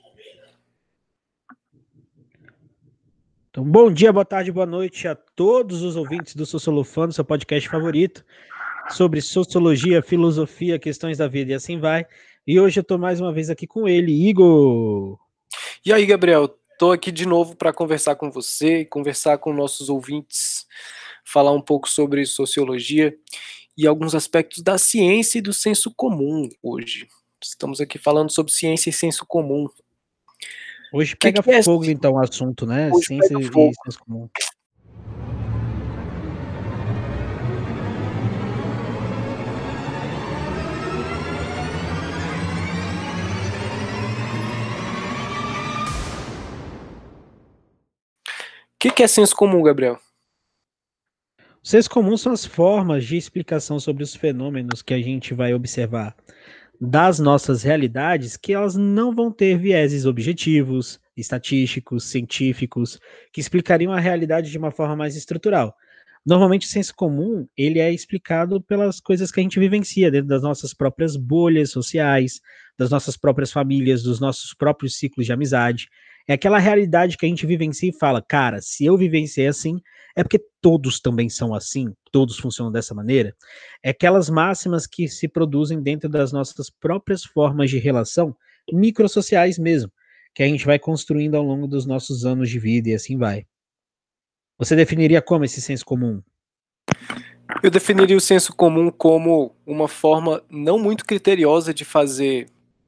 Então, bom dia, boa tarde, boa noite a todos os ouvintes do Sociolofano, seu podcast favorito, sobre sociologia, filosofia, questões da vida e assim vai. E hoje eu estou mais uma vez aqui com ele, Igor. E aí, Gabriel, estou aqui de novo para conversar com você, conversar com nossos ouvintes, falar um pouco sobre sociologia e alguns aspectos da ciência e do senso comum hoje. Estamos aqui falando sobre ciência e senso comum. Hoje pega Que é fogo, então, o assunto, né? Hoje Ciência pega e fogo. senso comum. O que é senso comum, Gabriel? O senso comum são as formas de explicação sobre os fenômenos que a gente vai observar das nossas realidades, que elas não vão ter vieses objetivos, estatísticos, científicos, que explicariam a realidade de uma forma mais estrutural. Normalmente o senso comum, ele é explicado pelas coisas que a gente vivencia dentro das nossas próprias bolhas sociais, das nossas próprias famílias, dos nossos próprios ciclos de amizade. É aquela realidade que a gente vivencia e fala, cara, se eu vivenciei assim, é porque todos também são assim, todos funcionam dessa maneira. É aquelas máximas que se produzem dentro das nossas próprias formas de relação, microsociais mesmo, que a gente vai construindo ao longo dos nossos anos de vida e assim vai. Você definiria como esse senso comum? Eu definiria o senso comum como uma forma não muito criteriosa de fazer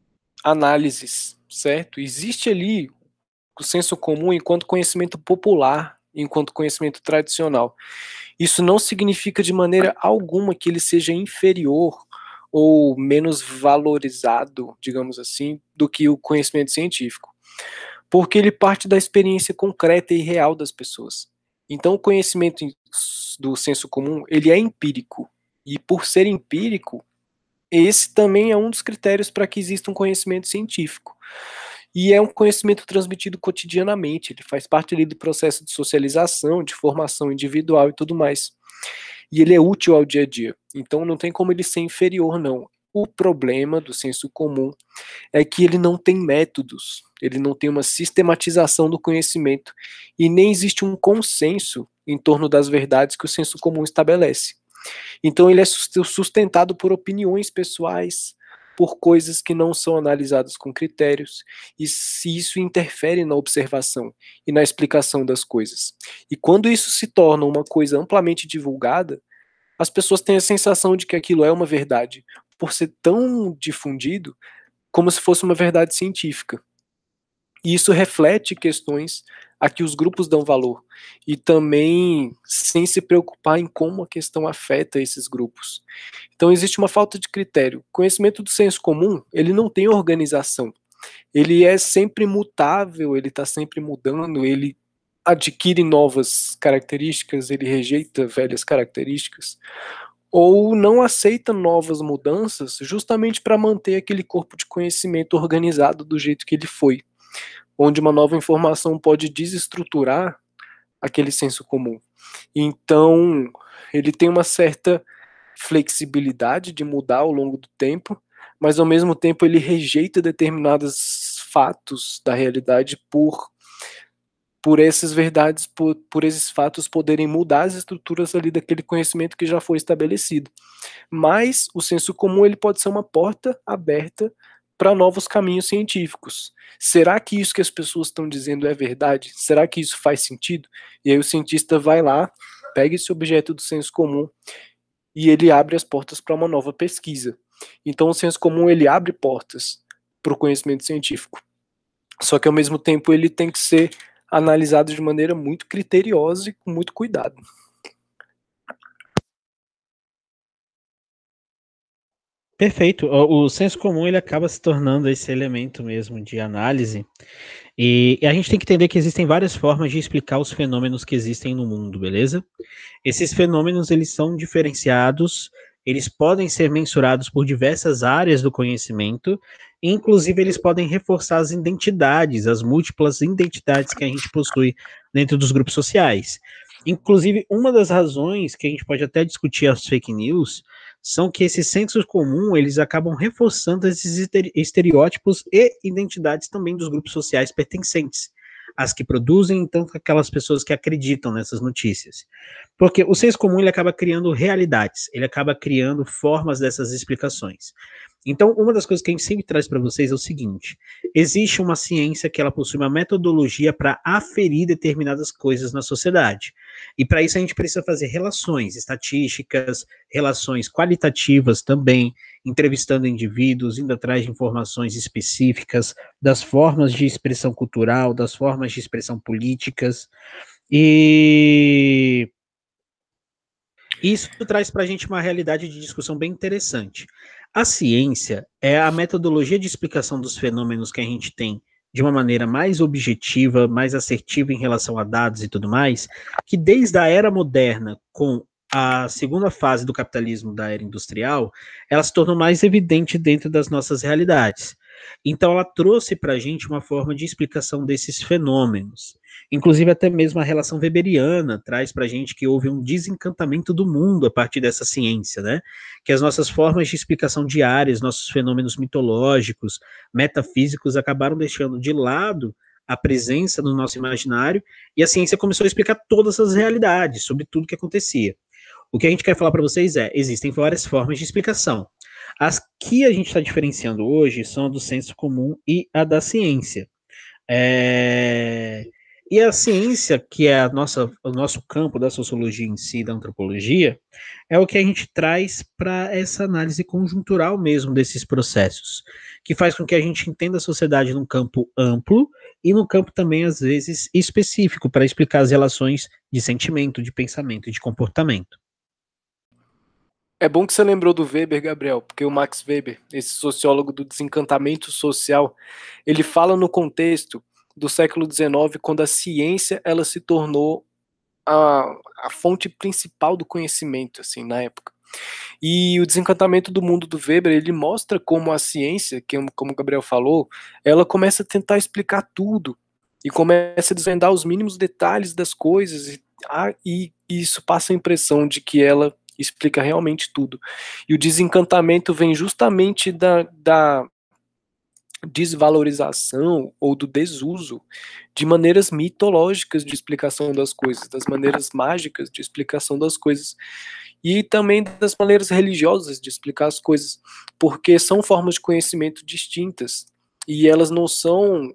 análises, certo? Existe ali o senso comum enquanto conhecimento popular, enquanto conhecimento tradicional. Isso não significa de maneira alguma que ele seja inferior ou menos valorizado, digamos assim, do que o conhecimento científico, porque ele parte da experiência concreta e real das pessoas. Então, o conhecimento do senso comum, ele é empírico, e por ser empírico, esse também é um dos critérios para que exista um conhecimento científico. E é um conhecimento transmitido cotidianamente, ele faz parte ali do processo de socialização, de formação individual e tudo mais. E ele é útil ao dia a dia, então não tem como ele ser inferior, não. O problema do senso comum é que ele não tem métodos, ele não tem uma sistematização do conhecimento e nem existe um consenso em torno das verdades que o senso comum estabelece. Então ele é sustentado por opiniões pessoais, por coisas que não são analisadas com critérios, e se isso interfere na observação e na explicação das coisas. E quando isso se torna uma coisa amplamente divulgada, as pessoas têm a sensação de que aquilo é uma verdade, por ser tão difundido como se fosse uma verdade científica. E isso reflete questões a que os grupos dão valor, e também sem se preocupar em como a questão afeta esses grupos. Então existe uma falta de critério. O conhecimento do senso comum, ele não tem organização. Ele é sempre mutável, ele está sempre mudando, ele adquire novas características, ele rejeita velhas características, ou não aceita novas mudanças justamente para manter aquele corpo de conhecimento organizado do jeito que ele foi, onde uma nova informação pode desestruturar aquele senso comum. Então, ele tem uma certa flexibilidade de mudar ao longo do tempo, mas ao mesmo tempo ele rejeita determinados fatos da realidade por essas verdades, por esses fatos poderem mudar as estruturas ali daquele conhecimento que já foi estabelecido. Mas o senso comum ele pode ser uma porta aberta para novos caminhos científicos. Será que isso que as pessoas estão dizendo é verdade? Será que isso faz sentido? E aí o cientista vai lá, pega esse objeto do senso comum e ele abre as portas para uma nova pesquisa. Então o senso comum ele abre portas para o conhecimento científico. Só que ao mesmo tempo ele tem que ser analisado de maneira muito criteriosa e com muito cuidado. Perfeito. O senso comum ele acaba se tornando esse elemento mesmo de análise. E a gente tem que entender que existem várias formas de explicar os fenômenos que existem no mundo, beleza? Esses fenômenos eles são diferenciados, eles podem ser mensurados por diversas áreas do conhecimento, e inclusive eles podem reforçar as identidades, as múltiplas identidades que a gente possui dentro dos grupos sociais. Inclusive, uma das razões que a gente pode até discutir as fake news são que esses sensos comuns, eles acabam reforçando esses estereótipos e identidades também dos grupos sociais pertencentes, as que produzem, então, aquelas pessoas que acreditam nessas notícias. Porque o senso comum, ele acaba criando realidades, ele acaba criando formas dessas explicações. Então, uma das coisas que a gente sempre traz para vocês é o seguinte: existe uma ciência que ela possui uma metodologia para aferir determinadas coisas na sociedade. E para isso a gente precisa fazer relações estatísticas, relações qualitativas também, entrevistando indivíduos, indo atrás de informações específicas das formas de expressão cultural, das formas de expressão políticas. E isso traz para a gente uma realidade de discussão bem interessante. A ciência é a metodologia de explicação dos fenômenos que a gente tem de uma maneira mais objetiva, mais assertiva em relação a dados e tudo mais, que desde a era moderna, com a segunda fase do capitalismo da era industrial, ela se tornou mais evidente dentro das nossas realidades. Então, ela trouxe para a gente uma forma de explicação desses fenômenos. Inclusive, até mesmo a relação weberiana traz para a gente que houve um desencantamento do mundo a partir dessa ciência, né? Que as nossas formas de explicação diárias, nossos fenômenos mitológicos, metafísicos, acabaram deixando de lado a presença no nosso imaginário e a ciência começou a explicar todas as realidades sobre tudo que acontecia. O que a gente quer falar para vocês é: existem várias formas de explicação. As que a gente está diferenciando hoje são a do senso comum e a da ciência. E a ciência, que é o nosso campo da sociologia em si, da antropologia, é o que a gente traz para essa análise conjuntural mesmo desses processos, que faz com que a gente entenda a sociedade num campo amplo e num campo também, às vezes, específico, para explicar as relações de sentimento, de pensamento e de comportamento. É bom que você lembrou do Weber, Gabriel, porque o Max Weber, esse sociólogo do desencantamento social, ele fala no contexto do século XIX, quando a ciência ela se tornou a fonte principal do conhecimento, assim, na época. E o desencantamento do mundo do Weber, ele mostra como a ciência, que, como o Gabriel falou, ela começa a tentar explicar tudo e começa a desvendar os mínimos detalhes das coisas e isso passa a impressão de que ela explica realmente tudo. E o desencantamento vem justamente da desvalorização ou do desuso de maneiras mitológicas de explicação das coisas, das maneiras mágicas de explicação das coisas e também das maneiras religiosas de explicar as coisas, porque são formas de conhecimento distintas e elas não são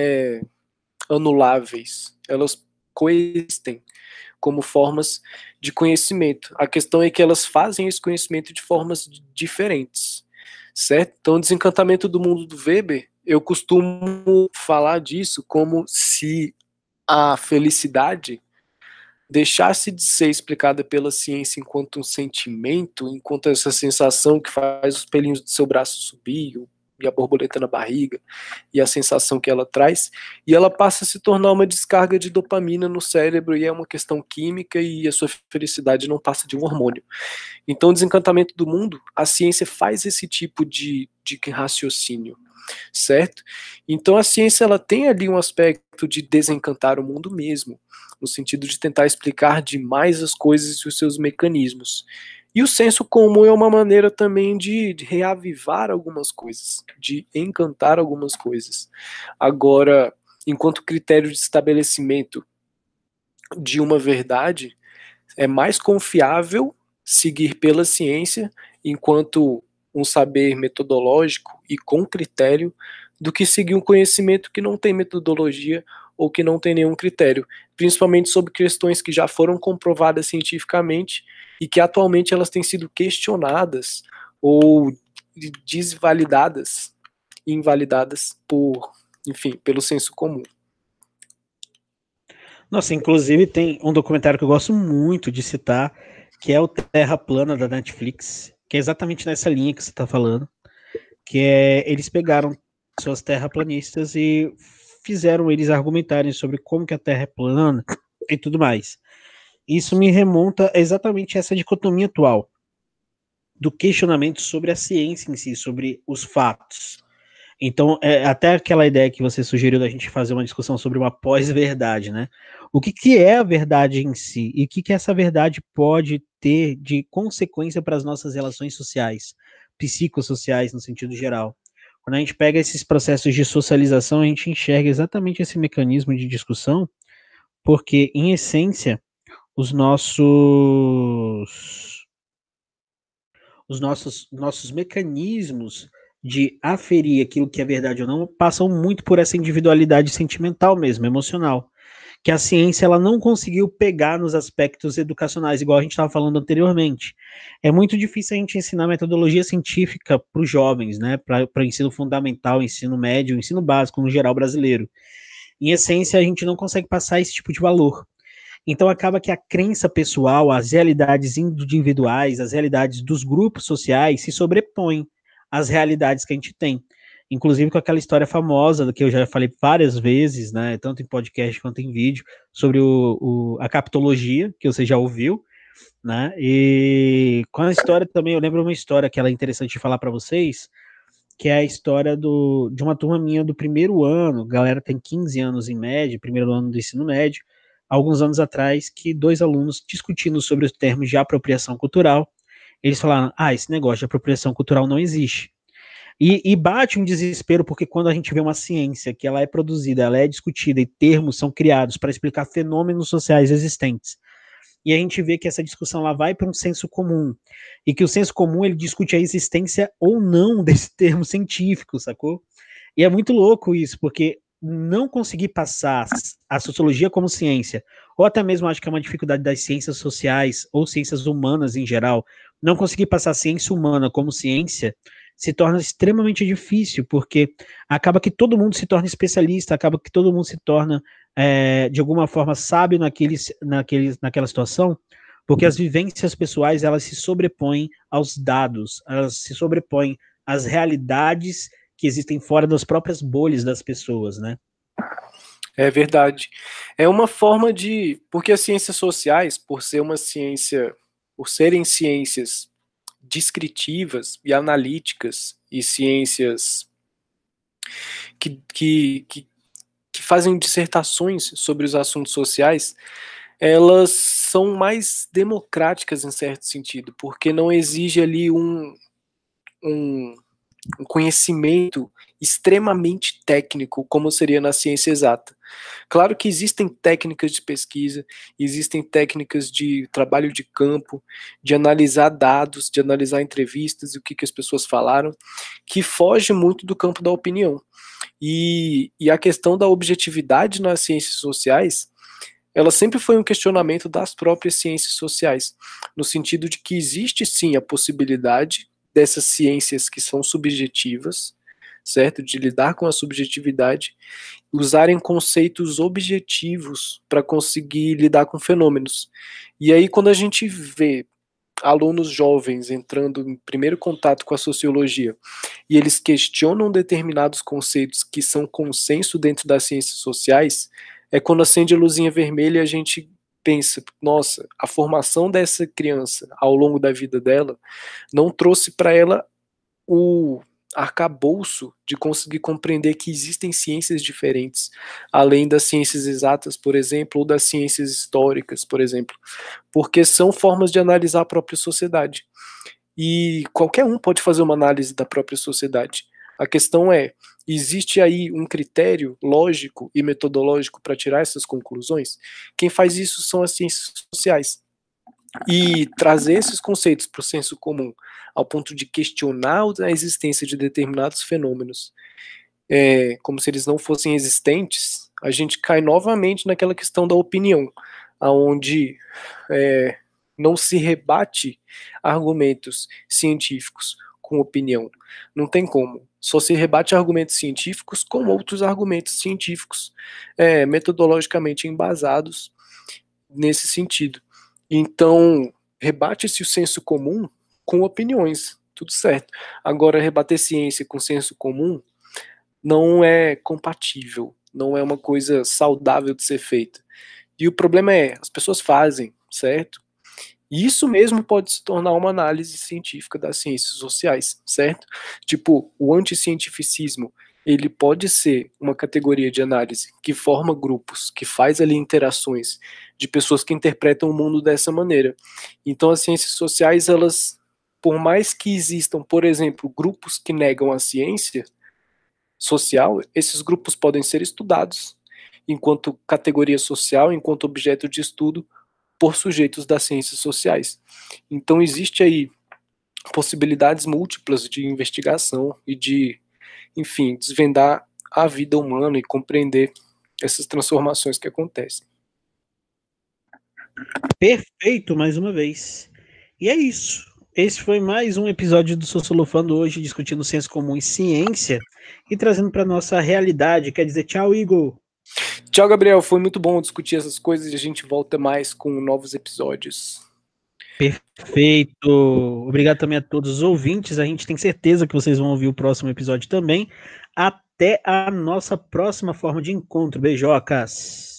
anuláveis, elas coexistem como formas de conhecimento. A questão é que elas fazem esse conhecimento de formas diferentes, certo? Então, o desencantamento do mundo do Weber, eu costumo falar disso como se a felicidade deixasse de ser explicada pela ciência enquanto um sentimento, enquanto essa sensação que faz os pelinhos do seu braço subir, e a borboleta na barriga, e a sensação que ela traz, e ela passa a se tornar uma descarga de dopamina no cérebro, e é uma questão química, e a sua felicidade não passa de um hormônio. Então, o desencantamento do mundo, a ciência faz esse tipo de raciocínio, certo? Então, a ciência ela tem ali um aspecto de desencantar o mundo mesmo, no sentido de tentar explicar demais as coisas e os seus mecanismos. E o senso comum é uma maneira também de reavivar algumas coisas, de encantar algumas coisas. Agora, enquanto critério de estabelecimento de uma verdade, é mais confiável seguir pela ciência enquanto um saber metodológico e com critério do que seguir um conhecimento que não tem metodologia ou que não tem nenhum critério, principalmente sobre questões que já foram comprovadas cientificamente e que atualmente elas têm sido questionadas ou desvalidadas, invalidadas por, enfim, pelo senso comum. Nossa, inclusive tem um documentário que eu gosto muito de citar, que é o Terra Plana da Netflix, que é exatamente nessa linha que você está falando, que é eles pegaram suas terraplanistas e fizeram eles argumentarem sobre como que a Terra é plana e tudo mais. Isso me remonta exatamente a essa dicotomia atual do questionamento sobre a ciência em si, sobre os fatos. Então, até aquela ideia que você sugeriu da gente fazer uma discussão sobre uma pós-verdade, né? O que, que é a verdade em si e o que, que essa verdade pode ter de consequência para as nossas relações sociais, psicossociais no sentido geral. Quando a gente pega esses processos de socialização, a gente enxerga exatamente esse mecanismo de discussão, porque, em essência, os nossos mecanismos de aferir aquilo que é verdade ou não passam muito por essa individualidade sentimental mesmo, emocional, que a ciência ela não conseguiu pegar nos aspectos educacionais, igual a gente estava falando anteriormente. É muito difícil a gente ensinar metodologia científica para os jovens, né, para o ensino fundamental, ensino médio, ensino básico no geral brasileiro. Em essência, a gente não consegue passar esse tipo de valor. Então acaba que a crença pessoal, as realidades individuais, as realidades dos grupos sociais se sobrepõem às realidades que a gente tem. Inclusive com aquela história famosa, que eu já falei várias vezes, né, tanto em podcast quanto em vídeo, sobre a captologia, que você já ouviu, né, e com a história também, eu lembro uma história que ela é interessante de falar para vocês, que é a história de uma turma minha do primeiro ano, a galera tem 15 anos em média, primeiro ano do ensino médio, alguns anos atrás, que dois alunos discutindo sobre os termos de apropriação cultural, eles falaram, esse negócio de apropriação cultural não existe. E bate um desespero, porque quando a gente vê uma ciência que ela é produzida, ela é discutida e termos são criados para explicar fenômenos sociais existentes, e a gente vê que essa discussão lá vai para um senso comum, e que o senso comum ele discute a existência ou não desse termo científico, sacou? E é muito louco isso, porque não conseguir passar a sociologia como ciência, ou até mesmo acho que é uma dificuldade das ciências sociais ou ciências humanas em geral, não conseguir passar a ciência humana como ciência se torna extremamente difícil, porque acaba que todo mundo se torna especialista, acaba que todo mundo se torna, de alguma forma, sábio naquela situação, porque as vivências pessoais elas se sobrepõem aos dados, elas se sobrepõem às realidades que existem fora das próprias bolhas das pessoas, né? É verdade. É uma forma de. Porque as ciências sociais, por ser uma ciência, por serem ciências descritivas e analíticas e ciências que, que, que, que fazem dissertações sobre os assuntos sociais, elas são mais democráticas em certo sentido, porque não exige ali um um conhecimento extremamente técnico, como seria na ciência exata. Claro que existem técnicas de pesquisa, existem técnicas de trabalho de campo, de analisar dados, de analisar entrevistas e o que, que as pessoas falaram, que foge muito do campo da opinião. E a questão da objetividade nas ciências sociais, ela sempre foi um questionamento das próprias ciências sociais, no sentido de que existe sim a possibilidade dessas ciências que são subjetivas, certo? De lidar com a subjetividade, usarem conceitos objetivos para conseguir lidar com fenômenos. E aí, quando a gente vê alunos jovens entrando em primeiro contato com a sociologia e eles questionam determinados conceitos que são consenso dentro das ciências sociais, é quando acende a luzinha vermelha e a gente pensa, nossa, a formação dessa criança ao longo da vida dela não trouxe para ela o arcabouço de conseguir compreender que existem ciências diferentes, além das ciências exatas, por exemplo, ou das ciências históricas, por exemplo, porque são formas de analisar a própria sociedade. E qualquer um pode fazer uma análise da própria sociedade. A questão é, existe aí um critério lógico e metodológico para tirar essas conclusões? Quem faz isso são as ciências sociais. E trazer esses conceitos para o senso comum, ao ponto de questionar a existência de determinados fenômenos, como se eles não fossem existentes, a gente cai novamente naquela questão da opinião, aonde não se rebate argumentos científicos com opinião. Não tem como. Só se rebate argumentos científicos com outros argumentos científicos, metodologicamente embasados nesse sentido. Então, rebate-se o senso comum com opiniões, tudo certo. Agora, rebater ciência com senso comum não é compatível, não é uma coisa saudável de ser feita. E o problema é, as pessoas fazem, certo? E isso mesmo pode se tornar uma análise científica das ciências sociais, certo? Tipo, o anticientificismo, ele pode ser uma categoria de análise que forma grupos, que faz ali interações de pessoas que interpretam o mundo dessa maneira. Então, as ciências sociais, elas, por mais que existam, por exemplo, grupos que negam a ciência social, esses grupos podem ser estudados enquanto categoria social, enquanto objeto de estudo por sujeitos das ciências sociais. Então, existe aí possibilidades múltiplas de investigação e de, enfim, desvendar a vida humana e compreender essas transformações que acontecem. Perfeito, mais uma vez. E é isso. Esse foi mais um episódio do Sociolofando hoje, discutindo senso comum e ciência e trazendo para nossa realidade. Quer dizer, tchau, Igor. Tchau, Gabriel. Foi muito bom discutir essas coisas e a gente volta mais com novos episódios. Perfeito. Obrigado também a todos os ouvintes. A gente tem certeza que vocês vão ouvir o próximo episódio também. Até a nossa próxima forma de encontro. Beijocas.